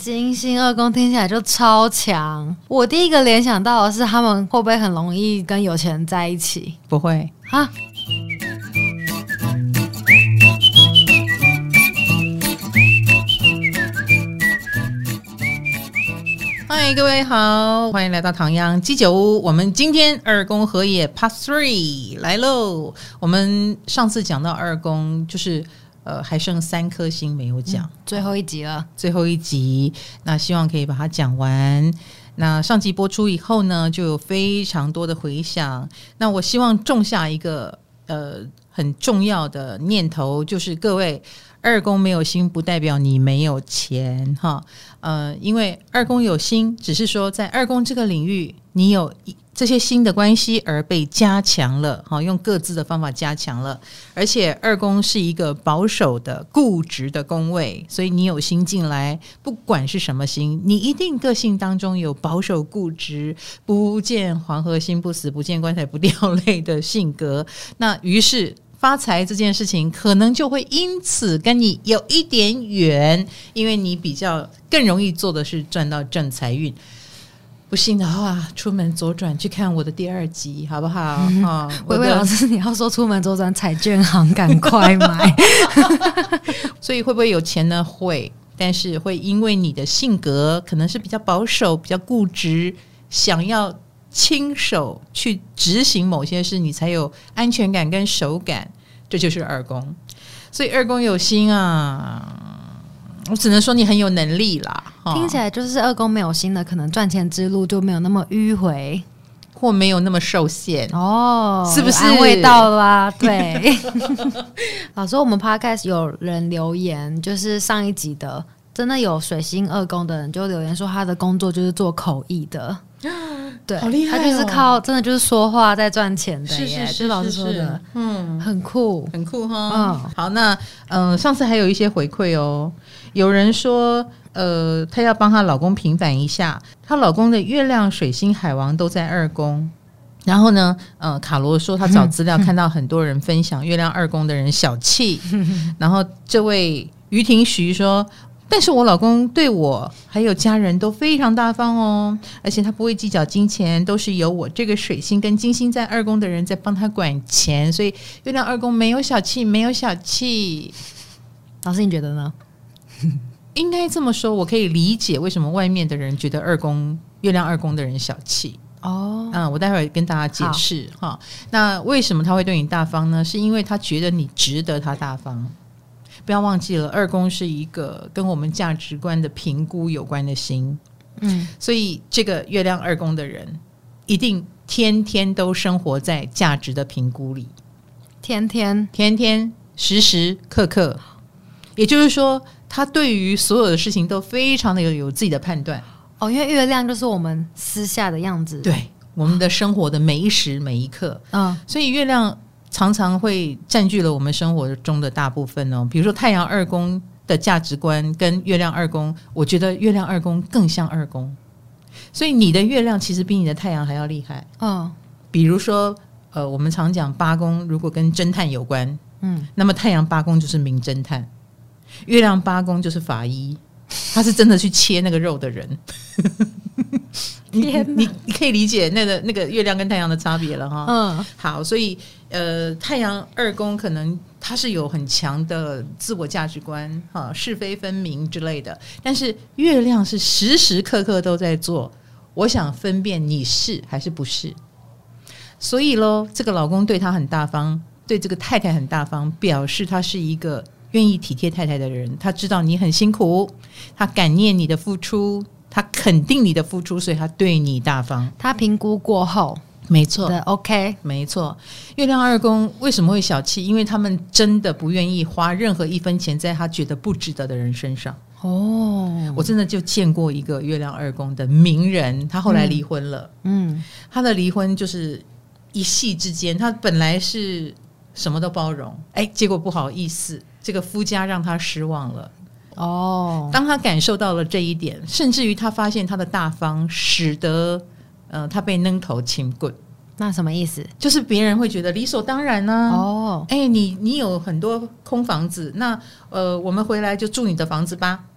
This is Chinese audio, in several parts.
金星二宫听起来就超强，我第一个联想到的是他们会不会很容易跟有钱人在一起？ 不会啊？ 嗨，各位好，欢迎来到唐阳鸡酒屋。我们今天二宫合也 Part 3来喽。我们上次讲到二宫，就是还剩3颗星没有讲， 最后一集了， 最后一集。那希望可以把它讲完。那上集播出以后呢，就有非常多的回响。那我希望种下一个很重要的念头，就是各位。二宫没有星不代表你没有钱哈，因为二宫有星，只是说在二宫这个领域，你有这些星的关系而被加强了，用各自的方法加强了。而且二宫是一个保守的、固执的宫位，所以你有星进来，不管是什么星，你一定个性当中有保守、固执，不见黄河心不死，不见棺材不掉泪的性格。那于是。发财这件事情可能就会因此跟你有一点远，因为你比较更容易做的是赚到正财运。不信的话，出门左转去看我的第2集，好不好？ 薇薇老师，你要说出门左转彩券行，赶快买。 所以会不会有钱呢？会，但是会因为你的性格可能是比较保守、比较固执，想要。亲手去执行某些事，你才有安全感跟手感，这就是二宫。所以二宫有星啊，我只能说你很有能力啦。 听起来就是二宫没有星的，可能赚钱之路就没有那么迂回， 或没有那么受限哦， 是不是安慰到啦？对，老师，我们 podcast 有人留言，就是上一集的，真的有水星二宫的人就留言说，他的工作就是做口译的。对， 好厉害哦！ 他就是靠真的就是说话在赚钱的耶， 是老师说的，很酷， 很酷哈。好，那上次还有一些回馈哦，有人说她要帮她老公平反一下，她老公的月亮、水星、海王都在二宫。然后呢，卡罗说他找资料看到很多人分享月亮二宫的人小气，然后这位于婷徐说。但是我老公对我还有家人都非常大方哦，而且他不会计较金钱，都是由我这个水星跟金星在二宫的人在帮他管钱，所以月亮二宫没有小气，没有小气。 老师你觉得呢？ 应该这么说，我可以理解为什么外面的人觉得月亮二宫的人小气哦。我待会儿跟大家解释哈。那为什么他会对你大方呢？是因为他觉得你值得他大方。不要忘记了，二宫是一个跟我们价值观的评估有关的星，所以这个月亮二宫的人一定天天都生活在价值的评估里，天天时时刻刻，也就是说，他对于所有的事情都非常的有自己的判断。 哦，因为月亮就是我们私下的样子， 对我们的生活的每一时每一刻，所以月亮。常常会占据了我们生活中的大部分哦。比如说太阳二宫的价值观跟月亮二宫，我觉得月亮二宫更像二宫，所以你的月亮其实比你的太阳还要厉害。比如说我们常讲八宫如果跟侦探有关，那么太阳八宫就是名侦探，月亮八宫就是法医，他是真的去切那个肉的人。你可以理解那个月亮跟太阳的差别了哈。好，所以太阳二宫可能它是有很强的自我价值观是非分明之类的，但是月亮是时时刻刻都在做，我想分辨你是还是不是。所以咯，这个老公对他很大方，对这个太太很大方，表示他是一个愿意体贴太太的人，他知道你很辛苦，他感念你的付出，他肯定你的付出，所以他对你大方。 他评估过后， 没错 ，OK， 没错。月亮二宫为什么会小气？因为他们真的不愿意花任何一分钱在他觉得不值得的人身上。我真的就见过一个月亮二宫的名人，他后来离婚了。他的离婚就是一夕之间，他本来是什么都包容，结果不好意思，这个夫家让他失望了。当他感受到了这一点，甚至于他发现他的大方使得他被扔头轻棍。 那什么意思？ 就是别人会觉得理所当然啊。你有很多空房子，那我们回来就住你的房子吧。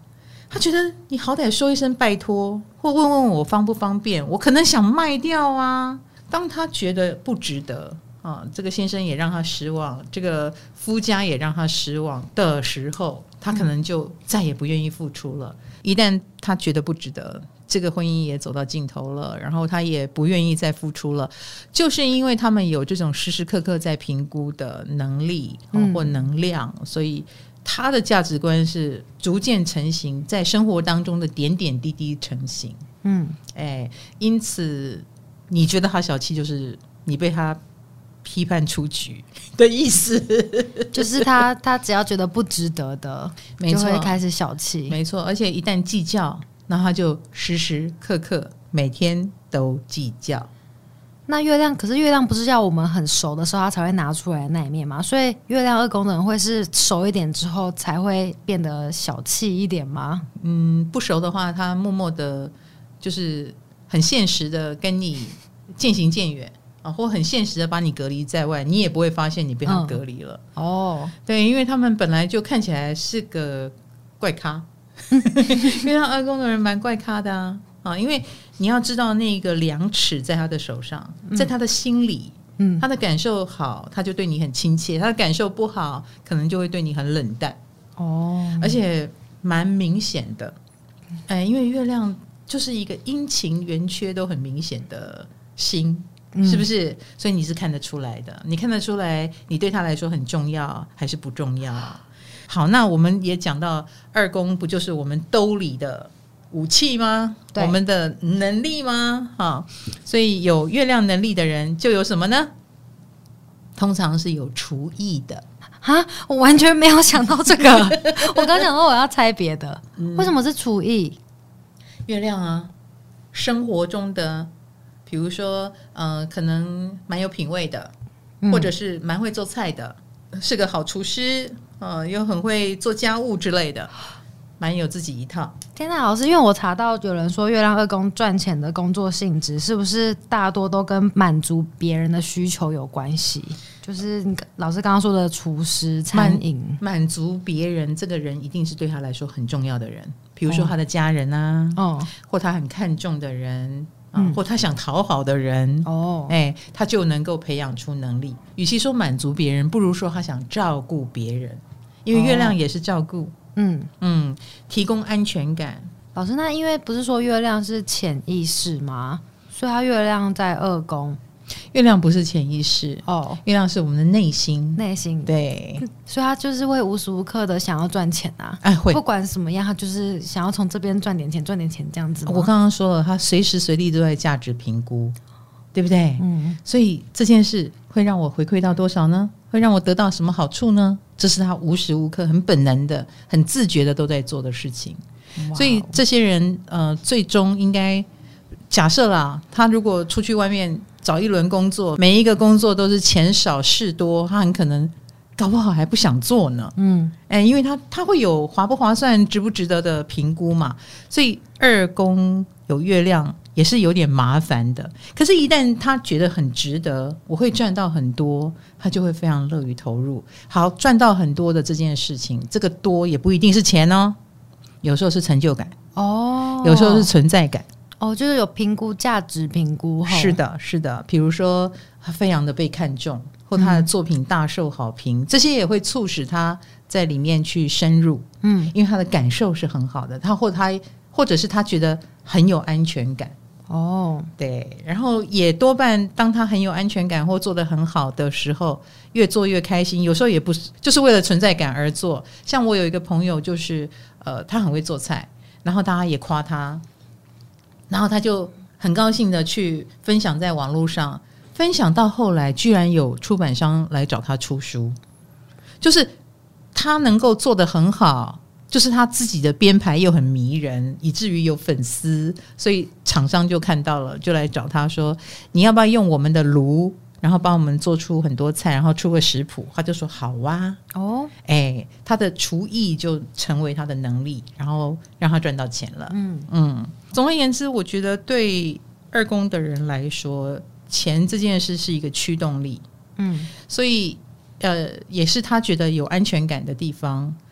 他觉得你好歹说一声拜托，或问问我方不方便，我可能想卖掉啊。当他觉得不值得啊，这个先生也让他失望，这个夫家也让他失望的时候，他可能就再也不愿意付出了。一旦他觉得不值得，这个婚姻也走到尽头了，然后他也不愿意再付出了，就是因为他们有这种时时刻刻在评估的能力或能量，所以他的价值观是逐渐成型，在生活当中的点点滴滴成型。因此你觉得他小气，就是你被他批判出局的意思。 就是他只要觉得不值得的，就会开始小气。 没错，而且一旦计较，那他就时时刻刻每天都计较。 那月亮，可是月亮不是要我们很熟的时候他才会拿出来的那一面吗？所以月亮2宫的人会是熟一点之后才会变得小气一点吗？ 不熟的话，他默默的就是很现实的跟你渐行渐远啊，或很现实的把你隔离在外，你也不会发现你被他隔离了。对，因为他们本来就看起来是个怪咖。月亮2宫的人蛮怪咖的啊，因为你要知道那个量尺在他的手上，在他的心里，他的感受好，他就对你很亲切；他的感受不好，可能就会对你很冷淡。而且蛮明显的。因为月亮就是一个阴晴圆缺都很明显的星，是不是？所以你是看得出来的，你看得出来你对他来说很重要还是不重要。好，那我们也讲到2宫不就是我们兜里的武器吗？我们的能力吗？所以有月亮能力的人就有什么呢？通常是有厨艺的。 我完全没有想到这个。我刚想说我要猜别的。为什么是厨艺？ 月亮生活中的比如说可能蛮有品味的，或者是蛮会做菜的，是个好厨师，又很会做家务之类的，蛮有自己一套。 天哪，老师，因为我查到有人说月亮2宫赚钱的工作性质是不是大多都跟满足别人的需求有关系？就是老师刚刚说的厨师、餐饮， 满足别人，这个人一定是对他来说很重要的人，比如说他的家人或他很看重的人，或他想讨好的人，他就能够培养出能力。与其说满足别人，不如说他想照顾别人，因为月亮也是照顾，提供安全感。 老师，那因为不是说月亮是潜意识吗？所以他月亮在2宫。 月亮不是潜意识月亮是我们的内心，对， 所以他就是会无时无刻的想要赚钱会不管什么样，他就是想要从这边赚点钱这样子吗？ 我刚刚说了，他随时随地都在价值评估，对不对？所以这件事会让我回馈到多少呢？会让我得到什么好处呢？这是他无时无刻很本能的很自觉的都在做的事情。所以这些人最终应该假设啦，他如果出去外面找一轮工作，每一个工作都是钱少事多，他很可能搞不好还不想做呢。因为他会有划不划算、值不值得的评估嘛。所以2宫有月亮也是有点麻烦的。可是，一旦他觉得很值得，我会赚到很多，他就会非常乐于投入。好，赚到很多的这件事情，这个多也不一定是钱有时候是成就感有时候是存在感。 就是有评估价值评估后， 是的，比如说他非常的被看重，或他的作品大受好评，这些也会促使他在里面去深入，因为他的感受是很好的，或者是他觉得很有安全感。对，然后也多半当他很有安全感或做得很好的时候，越做越开心。有时候也不是就是为了存在感而做。像我有一个朋友，就是他很会做菜，然后大家也夸他，然后他就很高兴的去分享在网络上，分享到后来居然有出版商来找他出书，就是他能够做得很好，就是他自己的编排又很迷人，以至于有粉丝，所以厂商就看到了，就来找他说你要不要用我们的炉，然后帮我们做出很多菜，然后出个食谱。他就说好啊。他的厨艺就成为他的能力，然后让他赚到钱了。总而言之，我觉得对2宫的人来说，钱这件事是一个驱动力。所以也是他觉得有安全感的地方。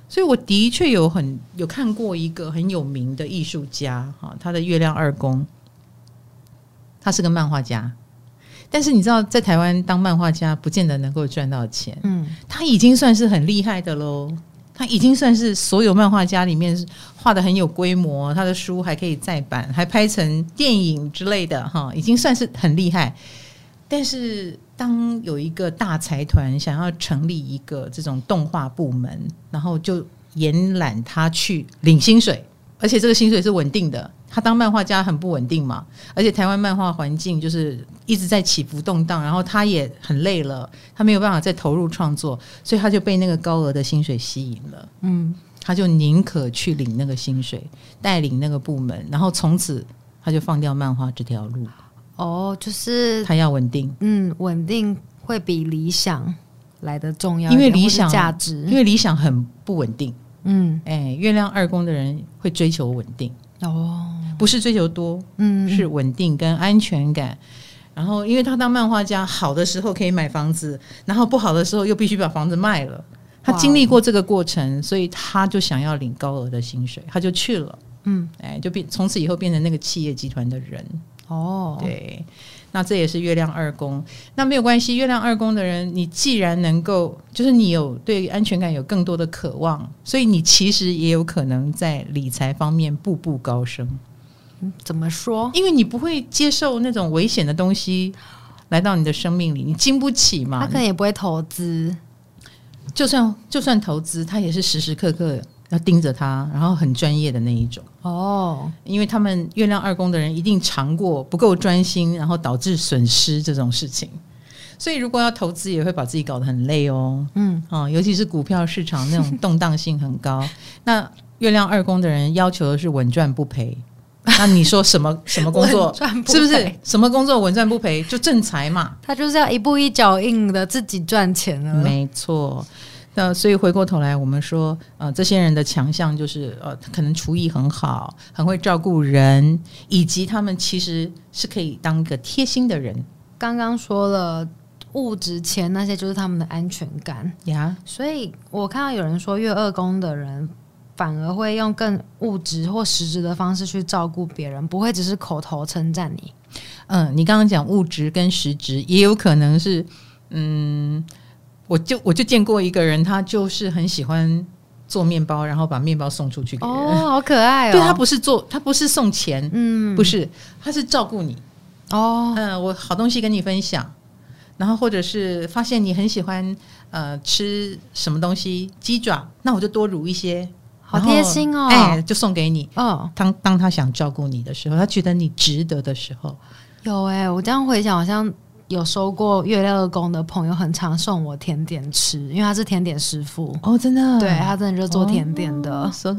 所以我的确有看过一个很有名的艺术家他的月亮二宫，他是个漫画家，但是你知道在台湾当漫画家不见得能够赚到钱，他已经算是很厉害的咯，他已经算是所有漫画家里面画的很有规模，他的书还可以再版，还拍成电影之类的已经算是很厉害。但是当有一个大财团想要成立一个这种动画部门，然后就延揽他去领薪水，而且这个薪水是稳定的，他当漫画家很不稳定嘛，而且台湾漫画环境就是一直在起伏动荡，然后他也很累了，他没有办法再投入创作，所以他就被那个高额的薪水吸引了，他就宁可去领那个薪水，带领那个部门，然后从此他就放掉漫画这条路。 就是他要稳定， 稳定会比理想来的重要， 因为理想价值， 因为理想很不稳定，月亮二宫的人会追求稳定，不是追求多，是稳定跟安全感。然后因为他当漫画家好的时候可以买房子，然后不好的时候又必须把房子卖了，他经历过这个过程，所以他就想要领高额的薪水，他就去了，就从此以后变成那个企业集团的人。对，那这也是月亮二宫。那没有关系，月亮二宫的人，你既然能够，就是你有对安全感有更多的渴望，所以你其实也有可能在理财方面步步高升。 怎么说？ 因为你不会接受那种危险的东西来到你的生命里，你经不起嘛。 他可能也不会投资， 就算投资，他也是时时刻刻要盯着他，然后很专业的那一种。因为他们月亮二宫的人一定尝过不够专心，然后导致损失这种事情，所以如果要投资也会把自己搞得很累尤其是股票市场那种动荡性很高那月亮二宫的人要求的是稳赚不赔。那你说什么工作是不是什么工作稳赚不赔？就正财嘛， 他就是要一步一脚印的自己赚钱了。 没错。那所以回过头来我们说这些人的强项就是可能厨艺很好，很会照顾人，以及他们其实是可以当一个贴心的人。 刚刚说了物质钱那些就是他们的安全感呀， 所以我看到有人说月二宫的人反而会用更物质或实质的方式去照顾别人，不会只是口头称赞你。 你刚刚讲物质跟实质也有可能是我就见过一个人，他就是很喜欢做面包，然后把面包送出去给人。 好可爱对，他不是送钱，不是，他是照顾你。我好东西跟你分享，然后或者是发现你很喜欢吃什么东西，鸡爪，那我就多卤一些， 好贴心就送给你。当他想照顾你的时候，他觉得你值得的时候， 有我这样回想好像有收过月亮二宫的朋友很常送我甜点吃，因为他是甜点师傅。 真的， 对，他真的就做甜点的。 so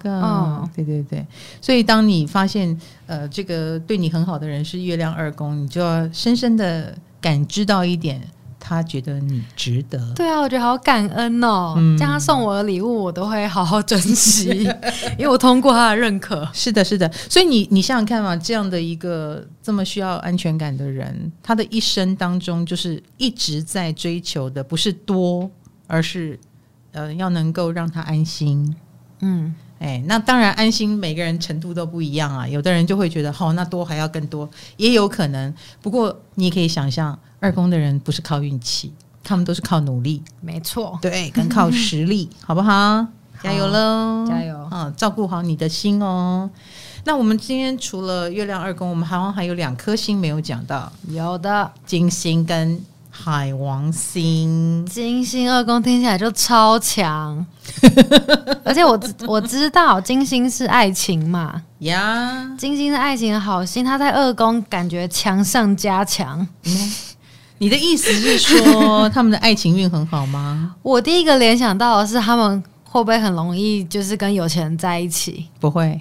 good 对对对。所以当你发现这个对你很好的人是月亮二宫，你就要深深的感知到一点，他觉得你值得。 对啊，我觉得好感恩哦，这样他送我的礼物我都会好好珍惜因为我通过他的认可。 是的是的，所以你想想看嘛，这样的一个这么需要安全感的人，他的一生当中就是一直在追求的不是多，而是要能够让他安心。那当然安心每个人程度都不一样啊，有的人就会觉得那多还要更多，也有可能。不过你也可以想象，二宫的人不是靠运气，他们都是靠努力。 没错， 对，跟靠实力好不好？加油喽， 加油照顾好你的心哦。那我们今天除了月亮二宫，我们好像还有2颗星没有讲到。 有的， 金星跟海王星。 金星二宫听起来就超强而且我知道金星是爱情嘛，金星是爱情的好星，他在二宫感觉强上加强。 你的意思是说他们的爱情运很好吗？ 我第一个联想到的是他们会不会很容易就是跟有钱人在一起？ 不会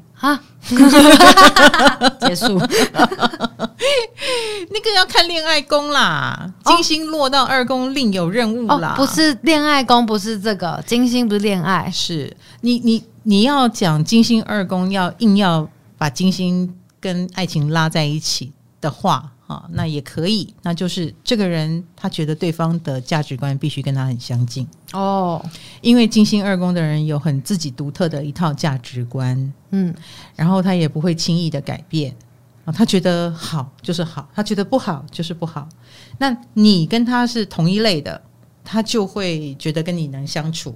结束那个要看恋爱宫啦，金星落到二宫另有任务啦。 不是恋爱宫，不是这个金星不是恋爱， 是你要讲金星二宫硬要把金星跟爱情拉在一起的话那也可以，那就是这个人他觉得对方的价值观必须跟他很相近哦， 因为金星二宫的人有很自己独特的一套价值观，然后他也不会轻易的改变他觉得好就是好，他觉得不好就是不好。那你跟他是同一类的，他就会觉得跟你能相处。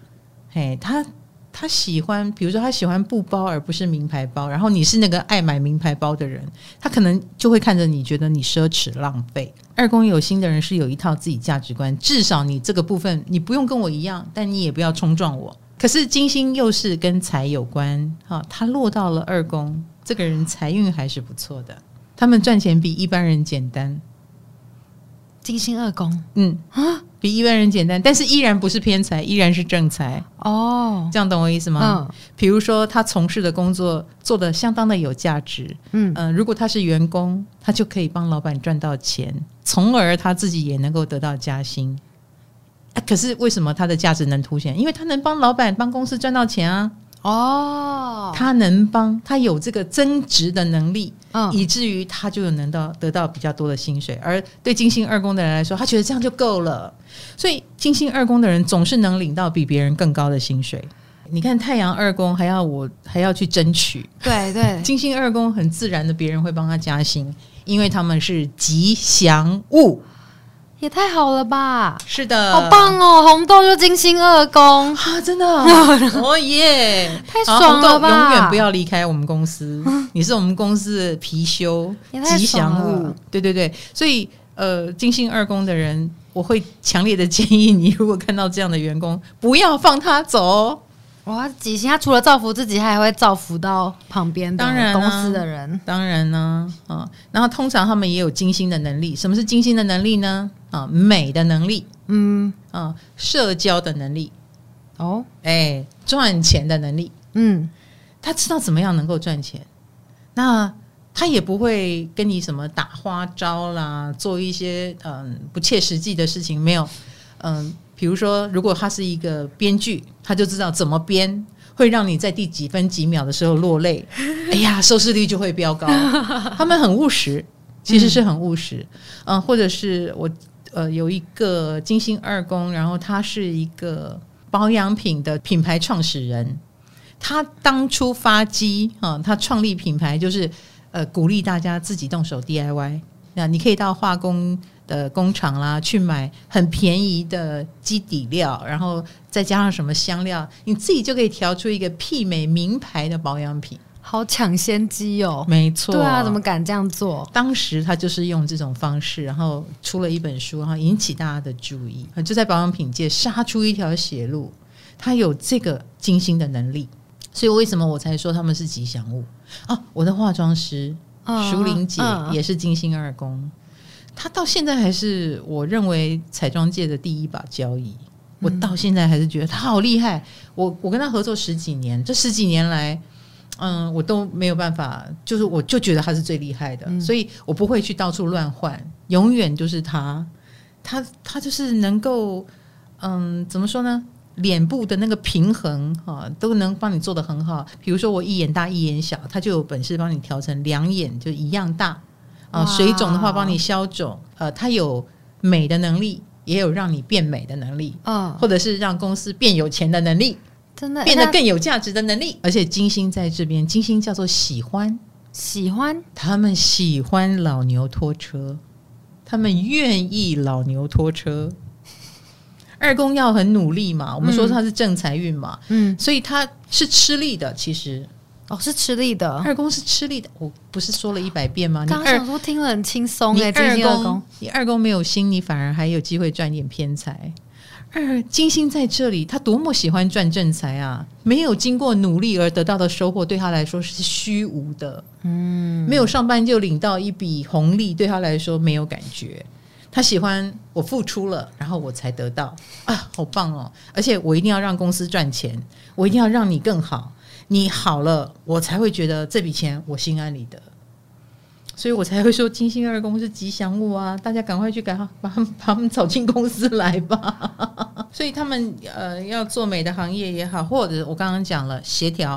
他喜欢，比如说他喜欢布包而不是名牌包，然后你是那个爱买名牌包的人，他可能就会看着你觉得你奢侈浪费。二宫有心的人是有一套自己价值观，至少你这个部分你不用跟我一样，但你也不要冲撞我。可是金星又是跟财有关他落到了二宫，这个人财运还是不错的，他们赚钱比一般人简单。 金星二宫比一般人简单，但是依然不是偏财，依然是正财哦。这样懂我意思吗？比如说他从事的工作做得相当的有价值，如果他是员工，他就可以帮老板赚到钱，从而他自己也能够得到加薪可是为什么他的价值能凸显？因为他能帮老板帮公司赚到钱啊。他能帮，他有这个增值的能力以至于他就能得到比较多的薪水。而对金星二宫的人来说，他觉得这样就够了，所以金星二宫的人总是能领到比别人更高的薪水。你看太阳二宫还要去争取， 对对， 金星二宫很自然的别人会帮他加薪，因为他们是吉祥物。 也太好了吧！ 是的， 好棒哦！红豆就金星二宫真的哦耶， 太爽了吧！ 永远不要离开我们公司，你是我们公司的貔貅吉祥物。对对对，所以金星二宫的人，我会强烈的建议你，如果看到这样的员工，不要放他走。 哇，吉星他除了造福自己，他还会造福到旁边的公司的人。 当然呢，然后通常他们也有金星的能力。什么是金星的能力呢？美的能力，社交的能力，赚钱的能力。他知道怎么样能够赚钱，那他也不会跟你什么打花招啦，做一些不切实际的事情。没有，比如说如果他是一个编剧，他就知道怎么编会让你在第几分几秒的时候落泪，哎呀，收视率就会飙高。他们很务实，其实是很务实。或者是我有一个金星二宫，然后他是一个保养品的品牌创始人，他当初发迹他创立品牌就是鼓励大家自己动手 DIY。那你可以到化工的工厂啦，去买很便宜的基底料，然后再加上什么香料，你自己就可以调出一个媲美名牌的保养品。 好抢先机哦！ 没错， 对啊，怎么敢这样做？ 当时他就是用这种方式，然后出了一本书，然后引起大家的注意，就在保养品界杀出一条血路。他有这个金星的能力，所以为什么我才说他们是吉祥物我的化妆师淑玲姐也是金星二宫，她到现在还是我认为彩妆界的第一把交椅。我到现在还是觉得她好厉害。我跟她合作10几年，这10几年来我都没有办法，就是我就觉得她是最厉害的，所以我不会去到处乱换，永远就是她就是能够怎么说呢，脸部的那个平衡都能帮你做得很好。比如说我一眼大一眼小，他就有本事帮你调成两眼就一样大水肿的话帮你消肿。他有美的能力，也有让你变美的能力或者是让公司变有钱的能力， 真的变得更有价值的能力。而且金星在这边，金星叫做喜欢，他们喜欢老牛拖车，他们愿意老牛拖车。二宫要很努力嘛，我们说他是正财运嘛，所以他是吃力的。其实是吃力的， 二宫是吃力的。我不是说了100遍吗？ 刚刚想说听了很轻松你二宫没有心，你反而还有机会赚点偏财。金星在这里，他多么喜欢赚正财啊！没有经过努力而得到的收获，对他来说是虚无的。没有上班就领到一笔红利，对他来说没有感觉。他喜欢我付出了，然后我才得到好棒哦！而且我一定要让公司赚钱，我一定要让你更好，你好了，我才会觉得这笔钱我心安理得。所以我才会说金星二宫是吉祥物啊！大家赶快去把他们找进公司来吧。所以他们要做美的行业也好，或者我刚刚讲了协调，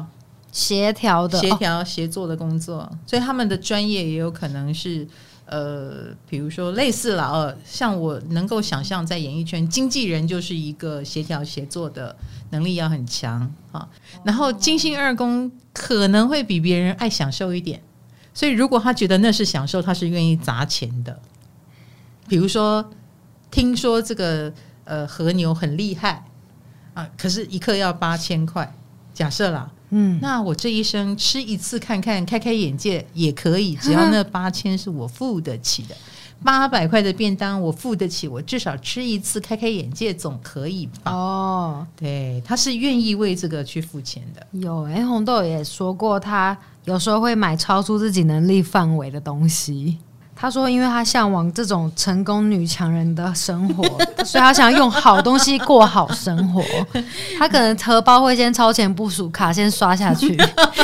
协调的协作的工作，所以他们的专业也有可能是比如说类似了像我能够想象在演艺圈，经纪人就是一个协调协作的能力要很强啊。然后金星二宫可能会比别人爱享受一点，所以如果他觉得那是享受，他是愿意砸钱的。比如说听说这个和牛很厉害啊，可是一克要8000块，假设啦，那我这一生吃一次看看，开开眼界也可以，只要那8000是我付得起的，800块的便当我付得起，我至少吃一次开开眼界总可以吧？哦，对，他是愿意为这个去付钱的。 有红豆也说过，他有时候会买超出自己能力范围的东西。他说因为他向往这种成功女强人的生活，所以他想要用好东西过好生活。他可能荷包会先超前部署，卡先刷下去。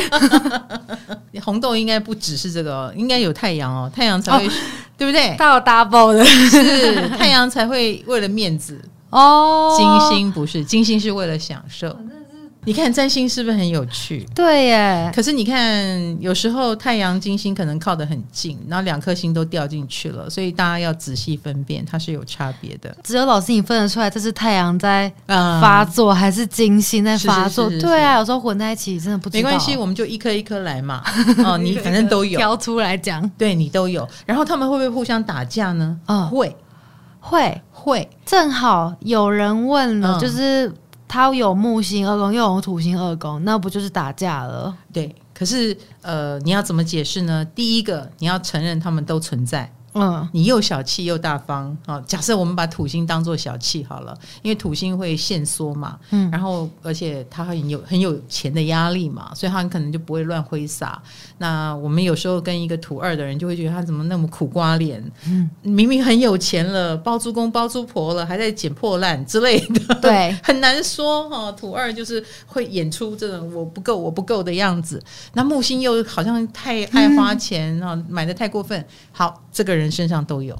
红豆应该不只是这个应该有太阳太阳才会对不对？ 他有 double 的， 是太阳才会为了面子金星不是，金星是为了享受。你看占星是不是很有趣？ 对耶。 可是你看有时候太阳金星可能靠得很近，然后2颗星都掉进去了，所以大家要仔细分辨它是有差别的。 只有老师你分得出来这是太阳在发作还是金星在发作？对啊，有时候混在一起真的不知道。 没关系，我们就一颗一颗来嘛。你反正都有挑出来讲， 对，你都有。然后他们会不会互相打架呢？会。正好有人问了，就是他有木星二宫又有土星二宫，那不就是打架了？ 对，可是你要怎么解释呢？第一个，你要承认他们都存在。你又小气又大方假设我们把土星当作小气好了，因为土星会限缩嘛，然后而且他很有钱的压力嘛，所以他可能就不会乱挥洒。那我们有时候跟一个土2的人就会觉得他怎么那么苦瓜脸，明明很有钱了，包租公包租婆了，还在捡破烂之类的， 对， 很难说土2就是会演出这种我不够的样子。那木星又好像太爱花钱买的太过分。好，这个人身上都有，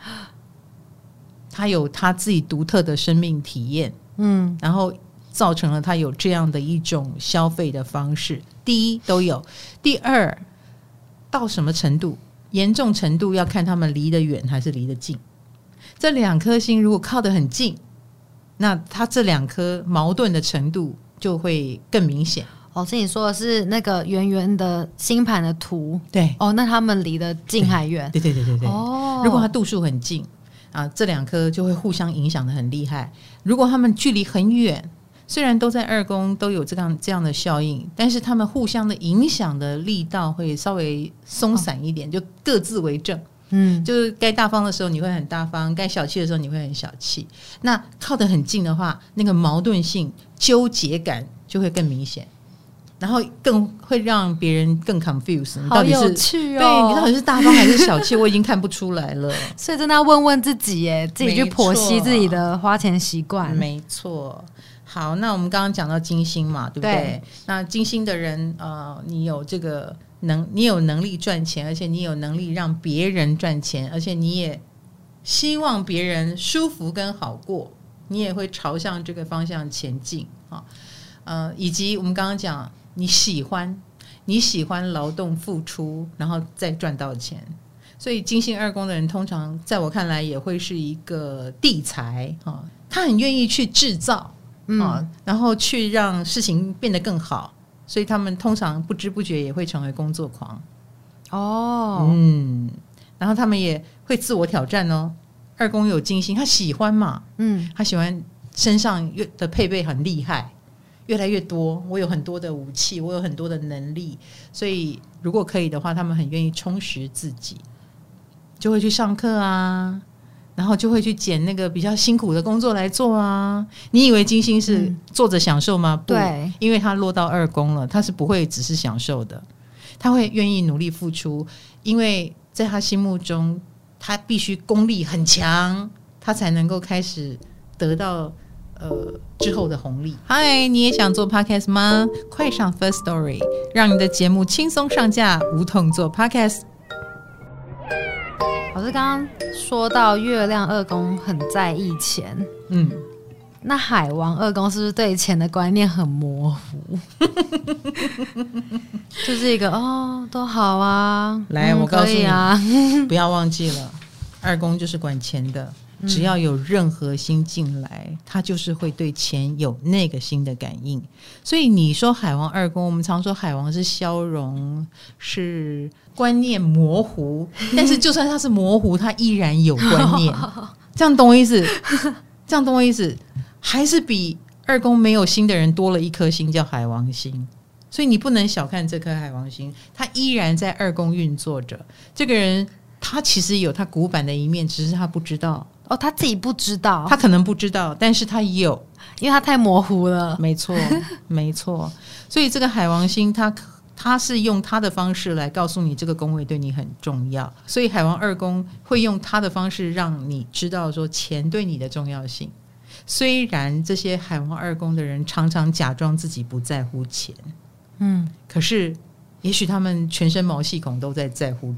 他有他自己独特的生命体验，然后造成了他有这样的一种消费的方式。第一都有，第二到什么程度，严重程度要看他们离得远还是离得近。这2颗星如果靠得很近，那他这2颗矛盾的程度就会更明显。 老师你说的是那个圆圆的星盘的图， 对那他们离得近还远？ 对如果它度数很近这2颗就会互相影响得很厉害。如果他们距离很远，虽然都在2宫都有这样的效应，但是他们互相的影响的力道会稍微松散一点，就各自为政。就是该大方的时候你会很大方，该小气的时候你会很小气。那靠得很近的话，那个矛盾性纠结感就会更明显，然后更会让别人更 confused。 好有趣对，你到底是大方还是小气我已经看不出来了。 所以真的要问问自己耶，自己去剖析自己的花钱习惯。 没错。好，那我们刚刚讲到金星嘛，对不对？那金星的人你有这个你有能力赚钱，而且你有能力让别人赚钱，而且你也希望别人舒服跟好过，你也会朝向这个方向前进以及我们刚刚讲你喜欢劳动付出然后再赚到钱，所以金星2宫的人通常在我看来也会是一个地财他很愿意去制造然后去让事情变得更好，所以他们通常不知不觉也会成为工作狂然后他们也会自我挑战2宫有金星，他喜欢嘛他喜欢身上的配备很厉害，越来越多，我有很多的武器，我有很多的能力，所以如果可以的话他们很愿意充实自己，就会去上课然后就会去捡那个比较辛苦的工作来做你以为金星是坐着享受吗？不， 对， 因为他落到2宫了，他是不会只是享受的，他会愿意努力付出，因为在他心目中他必须功力很强，他才能够开始得到之后的红利。嗨，你也想做 podcast 吗？快上 First Story， 让你的节目轻松上架，无痛做 podcast。 老师刚刚说到月亮2宫很在意钱， 那海王二宫是不是对钱的观念很模糊？就是一个都好啊， 来，我告诉你可以啊， 不要忘记了，二宫就是管钱的，只要有任何心进来，他就是会对钱有那个新的感应。所以你说海王二宫，我们常说海王是消融，是观念模糊，但是就算他是模糊，他依然有观念。这样懂我意思？这样懂我意思？还是比二宫没有星的人多了一颗星，叫海王星。所以你不能小看这颗海王星，他依然在二宫运作着。这个人他其实有他古板的一面，只是他不知道。 他自己不知道， 他可能不知道，但是他有， 因为他太模糊了。 没错，没错。所以这个海王星他是用他的方式来告诉你这个宫位对你很重要，所以海王二宫会用他的方式让你知道说钱对你的重要性。虽然这些海王二宫的人常常假装自己不在乎钱，可是也许他们全身毛细孔都在乎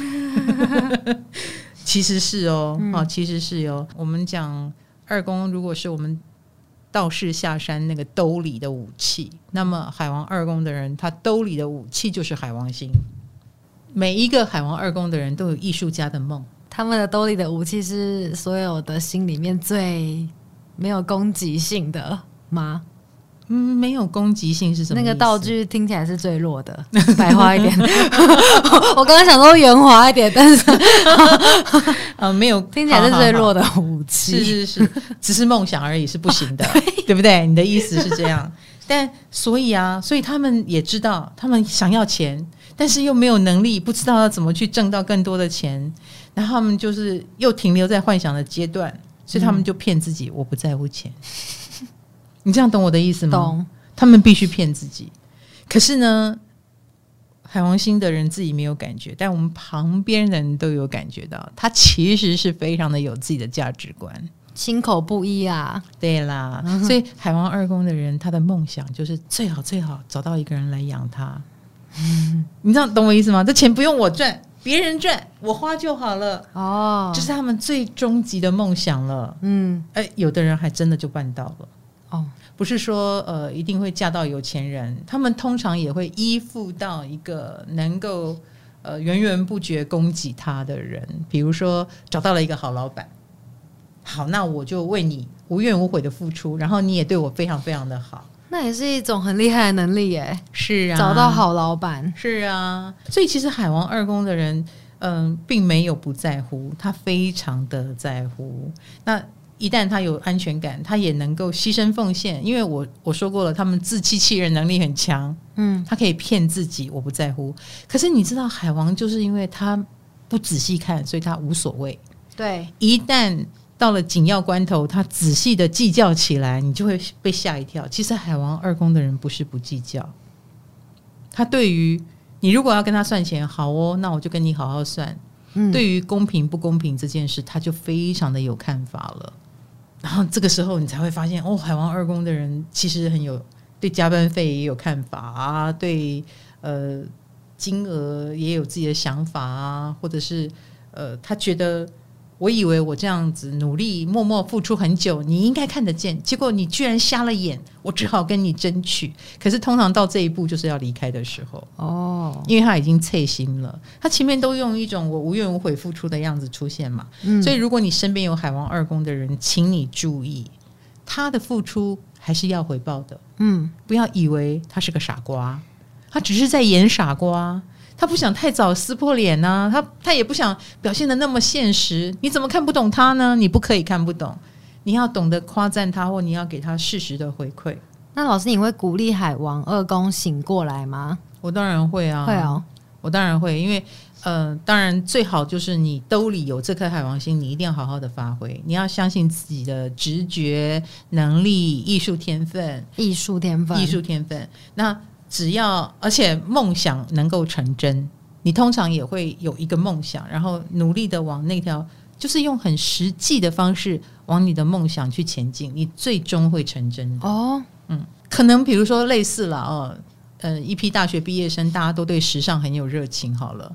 其实是其实是我们讲二宫如果是我们道士下山那个兜里的武器，那么海王二宫的人他兜里的武器就是海王星。每一个海王二宫的人都有艺术家的梦， 他们的兜里的武器是所有的心里面最没有攻击性的吗？ 没有攻击性是什么意思？ 那个道具听起来是最弱的，白话一点。我刚刚想说圆滑一点，但是没有， 听起来是最弱的武器。 是，只是梦想而已，是不行的，对不对？你的意思是这样。但所以他们也知道，他们想要钱，但是又没有能力，不知道要怎么去挣到更多的钱，然后他们就是又停留在幻想的阶段，所以他们就骗自己，我不在乎钱。你这样懂我的意思吗？ 懂。 他们必须骗自己，可是呢，海王星的人自己没有感觉，但我们旁边人都有感觉到，他其实是非常的有自己的价值观， 心口不一啊。 对啦，所以海王二宫的人，他的梦想就是最好找到一个人来养他。你这样懂我意思吗？这钱不用我赚，别人赚，我花就好了。这是他们最终极的梦想了。有的人还真的就办到了。不是说一定会嫁到有钱人，他们通常也会依附到一个能够源源不绝供给他的人，比如说找到了一个好老板，好，那我就为你无怨无悔的付出，然后你也对我非常非常的好， 那也是一种很厉害的能力耶。 是啊， 找到好老板。 是啊，所以其实海王二宫的人并没有不在乎，他非常的在乎。那一旦他有安全感，他也能够牺牲奉献，因为我说过了，他们自欺欺人能力很强，他可以骗自己我不在乎。可是你知道海王就是因为他不仔细看，所以他无所谓。 对，一旦到了紧要关头，他仔细的计较起来，你就会被吓一跳。其实海王二宫的人不是不计较，他对于你如果要跟他算钱，好那我就跟你好好算。对于公平不公平这件事，他就非常的有看法了。然后这个时候你才会发现，海王二宫的人其实很有对加班费也有看法啊，对金额也有自己的想法啊，或者是他觉得我以为我这样子努力默默付出很久，你应该看得见，结果你居然瞎了眼，我只好跟你争取。可是通常到这一步就是要离开的时候因为他已经脆心了，他前面都用一种我无怨无悔付出的样子出现嘛。所以如果你身边有海王二宫的人，请你注意，他的付出还是要回报的。不要以为他是个傻瓜，他只是在演傻瓜，他不想太早撕破脸啊，他也不想表现得那么现实，你怎么看不懂他呢？你不可以看不懂，你要懂得夸赞他，或你要给他适时的回馈。 那老师，你会鼓励海王二宫醒过来吗？ 我当然会啊， 会哦， 我当然会，因为当然最好就是你兜里有这颗海王星，你一定要好好的发挥，你要相信自己的直觉能力、艺术天分。那只要而且梦想能够成真，你通常也会有一个梦想，然后努力的往那条，就是用很实际的方式往你的梦想去前进，你最终会成真的。可能比如说类似了一批大学毕业生，大家都对时尚很有热情，好了，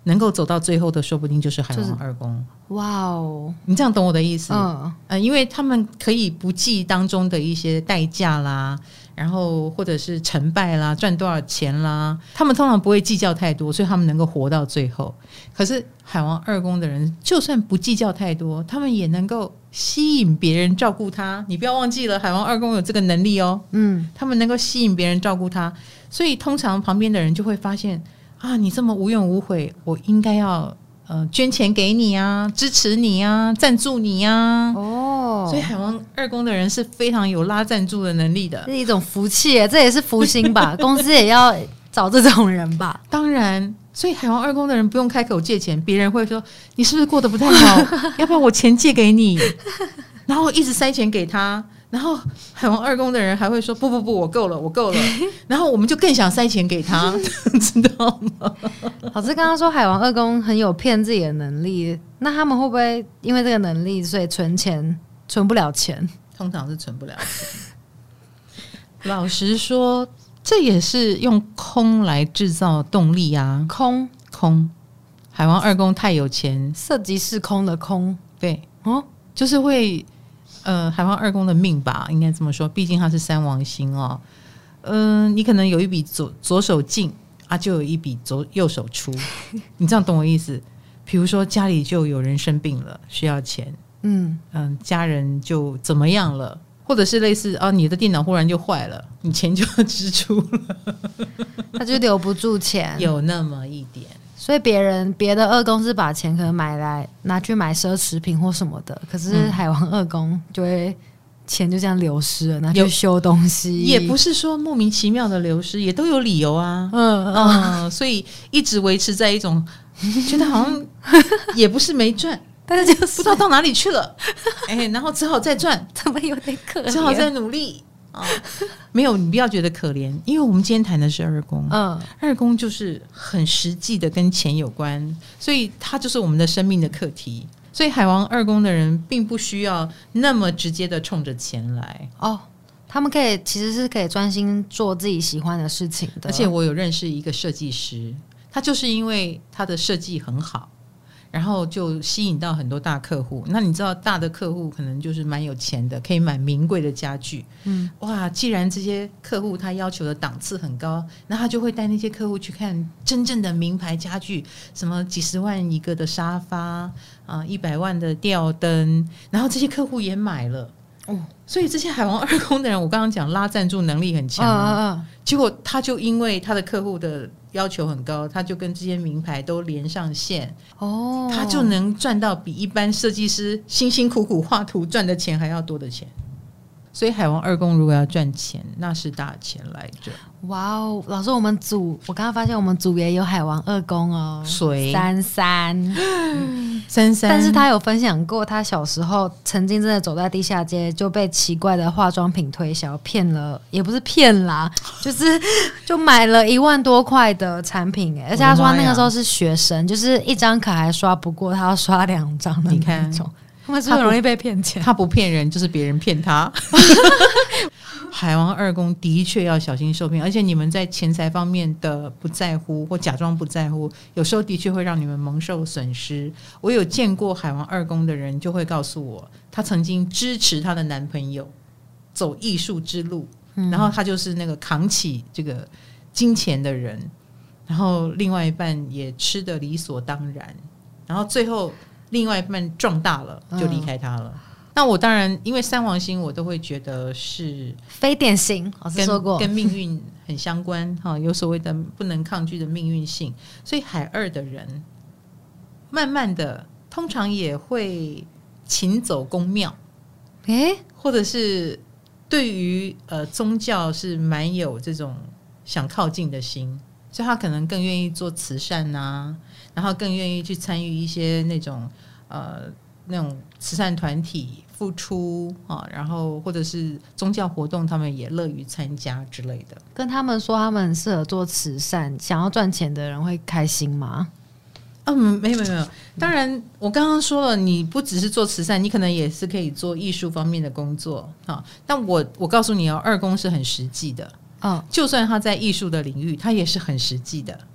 能够走到最后的，说不定就是海王二宫。 哇哦， 你这样懂我的意思？ 嗯， 因为他们可以不计当中的一些代价啦，然后或者是成败啦，赚多少钱啦，他们通常不会计较太多，所以他们能够活到最后。可是海王二宫的人，就算不计较太多，他们也能够吸引别人照顾他。你不要忘记了，海王二宫有这个能力哦。他们能够吸引别人照顾他，所以通常旁边的人就会发现啊，你这么无怨无悔，我应该要捐钱给你啊，支持你啊，赞助你啊。所以海王二宫的人是非常有拉赞助的能力的， 是一种福气耶，这也是福星吧？公司也要找这种人吧？ 当然，所以海王二宫的人不用开口借钱，别人会说你是不是过得不太好，要不要我钱借给你，然后一直塞钱给他。然后海王二宫的人还会说不，我够了，我够了。然后我们就更想塞钱给他，知道吗？ 老师刚刚说海王二宫很有骗自己的能力，那他们会不会因为这个能力，所以存钱存不了钱？ 通常是存不了钱。老实说，这也是用空来制造动力啊。空，海王二宫太有钱， 色即是空的空。 对，就是会。海王二宫的命吧，应该这么说，毕竟它是三王星哦。你可能有一笔左手进啊，就有一笔右手出，你这样懂我意思？比如说家里就有人生病了，需要钱，家人就怎么样了，或者是类似啊，你的电脑忽然就坏了，你钱就要支出了， 他就留不住钱， 有那么一点。 所以别的二宫是把钱可能拿去买奢侈品或什么的，可是海王二宫就会钱就这样流失了，拿去修东西。 也不是说莫名其妙的流失，也都有理由啊。所以一直维持在一种觉得好像也不是没赚， 但是就是不知道到哪里去了，然后只好再赚， 怎么有点可怜， 只好再努力。没有，你不要觉得可怜，因为我们今天谈的是二宫，二宫就是很实际的跟钱有关，所以它就是我们的生命的课题。所以海王二宫的人并不需要那么直接的冲着钱来他们其实是可以专心做自己喜欢的事情的。 而且我有认识一个设计师，他就是因为他的设计很好，然后就吸引到很多大客户。那你知道大的客户可能就是蛮有钱的，可以买名贵的家具。哇，既然这些客户他要求的档次很高，那他就会带那些客户去看真正的名牌家具，什么几十万一个的沙发100万的吊灯，然后这些客户也买了。所以这些海王二宫的人，我刚刚讲拉赞助能力很强，结果他就因为他的客户的要求很高，他就跟这些名牌都连上线，他就能赚到比一般设计师辛辛苦苦画图赚的钱还要多的钱。所以海王二宫如果要赚钱，那是大钱来着。 哇哦，老师，我刚刚发现我们组也有海王二宫哦， 谁 ？33，但是他有分享过，他小时候曾经真的走在地下街，就被奇怪的化妆品推销骗了，也不是骗啦，就买了1万多块的产品，而且他说他那个时候是学生，就是一张卡还刷不过，他要刷2张的那种。你看。他们是不是很容易被骗钱？ 他不骗人，就是别人骗他。海王二宫的确要小心受骗，而且你们在钱财方面的不在乎或假装不在乎，有时候的确会让你们蒙受损失。我有见过海王二宫的人，就会告诉我，她曾经支持她的男朋友走艺术之路，然后他就是那个扛起这个金钱的人，然后另外一半也吃得理所当然，然后最后另外一半壮大了就离开他了。那我当然因为三王星我都会觉得是非典型，老师说过跟命运很相关，有所谓的不能抗拒的命运性，所以海二的人慢慢的通常也会勤走宫庙，或者是对于宗教是蛮有这种想靠近的心，所以他可能更愿意做慈善啊，然后更愿意去参与一些那种慈善团体付出啊，然后或者是宗教活动他们也乐于参加之类的。 跟他们说他们很适合做慈善，想要赚钱的人会开心吗？ 没有，当然我刚刚说了，你不只是做慈善，你可能也是可以做艺术方面的工作啊。但我告诉你二宫是很实际的，就算他在艺术的领域他也是很实际的，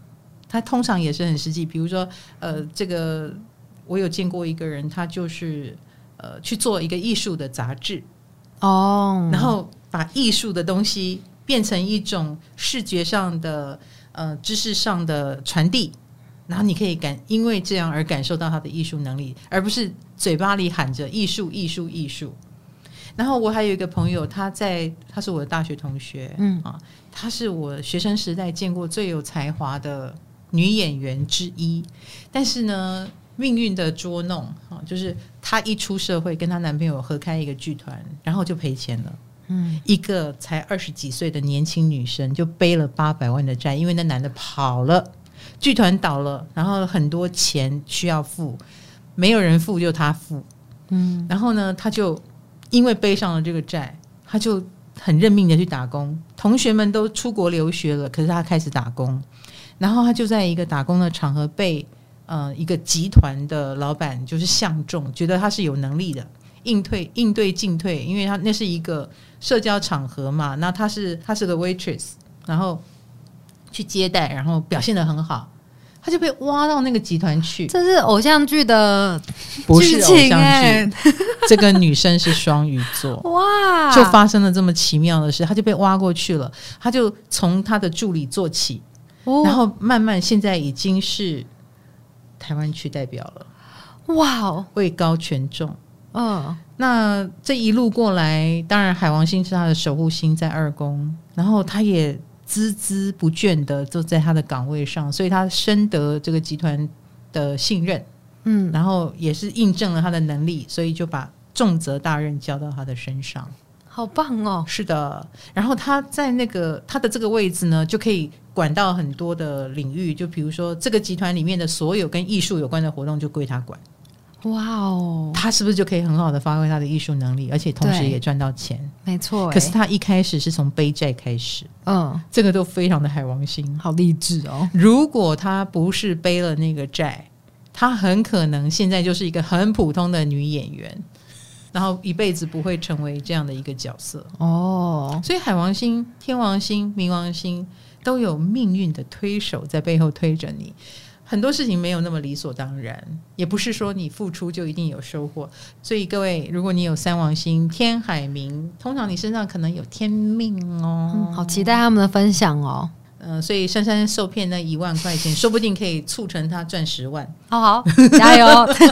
它通常也是很实际。比如说这个我有见过一个人，他就是去做一个艺术的杂志然后把艺术的东西变成一种视觉上的知识上的传递，然后你可以因为这样而感受到他的艺术能力，而不是嘴巴里喊着艺术艺术艺术。然后我还有一个朋友，他是我的大学同学，她是我学生时代见过最有才华的女演员之一。但是呢，命运的捉弄，就是她一出社会，跟她男朋友合开一个剧团，然后就赔钱了。一个才20几岁的年轻女生就背了800万的债，因为那男的跑了，剧团倒了，然后很多钱需要付，没有人付就她付。然后呢，她就因为背上了这个债，她就很认命的去打工。同学们都出国留学了，可是她开始打工。然后她就在一个打工的场合被一个集团的老板就是相中，觉得她是有能力的，应对进退，因为她那是一个社交场合嘛。那她是个 waitress， 然后去接待，然后表现得很好，他就被挖到那个集团去。 这是偶像剧的不是偶像剧这个女生是双鱼座哇， 就发生了这么奇妙的事，他就被挖过去了。他就从他的助理做起，然后慢慢现在已经是台湾区代表了。哇，位高权重。那这一路过来，当然海王星是他的守护星在2宫，然后他也孜孜不倦的坐在他的岗位上，所以他深得这个集团的信任。然后也是印证了他的能力，所以就把重责大任交到他的身上。 好棒哦。 是的，然后他在他的这个位置呢，就可以管到很多的领域，就比如说这个集团里面的所有跟艺术有关的活动就归他管。哇哦，他是不是就可以很好的发挥他的艺术能力，而且同时也赚到钱？ 没错。 可是他一开始是从背债开始，这个都非常的海王星， 好励志哦。 如果他不是背了那个债，他很可能现在就是一个很普通的女演员，然后一辈子不会成为这样的一个角色。所以海王星、天王星、冥王星都有命运的推手在背后推着你。很多事情没有那么理所当然，也不是说你付出就一定有收获。所以各位，如果你有3王星、天海冥，通常你身上可能有天命哦。 好期待他们的分享哦。 所以珊珊受骗那1万块钱，说不定可以促成他赚10万。 好，加油！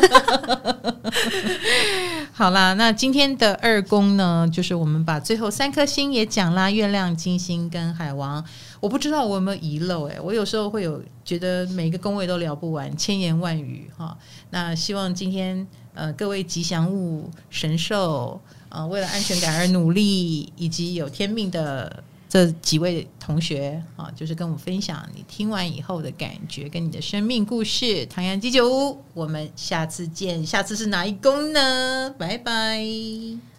好啦，那今天的2宫呢，就是我们把最后3颗星也讲啦，月亮、金星跟海王。我不知道我有没有遗漏我有时候会有觉得每个宫位都聊不完，千言万语哈。那希望今天各位吉祥物、神兽为了安全感而努力，以及有天命的这几位同学就是跟我分享你听完以后的感觉跟你的生命故事。唐阳鸡酒屋，我们下次见。下次是哪一宫呢？拜拜。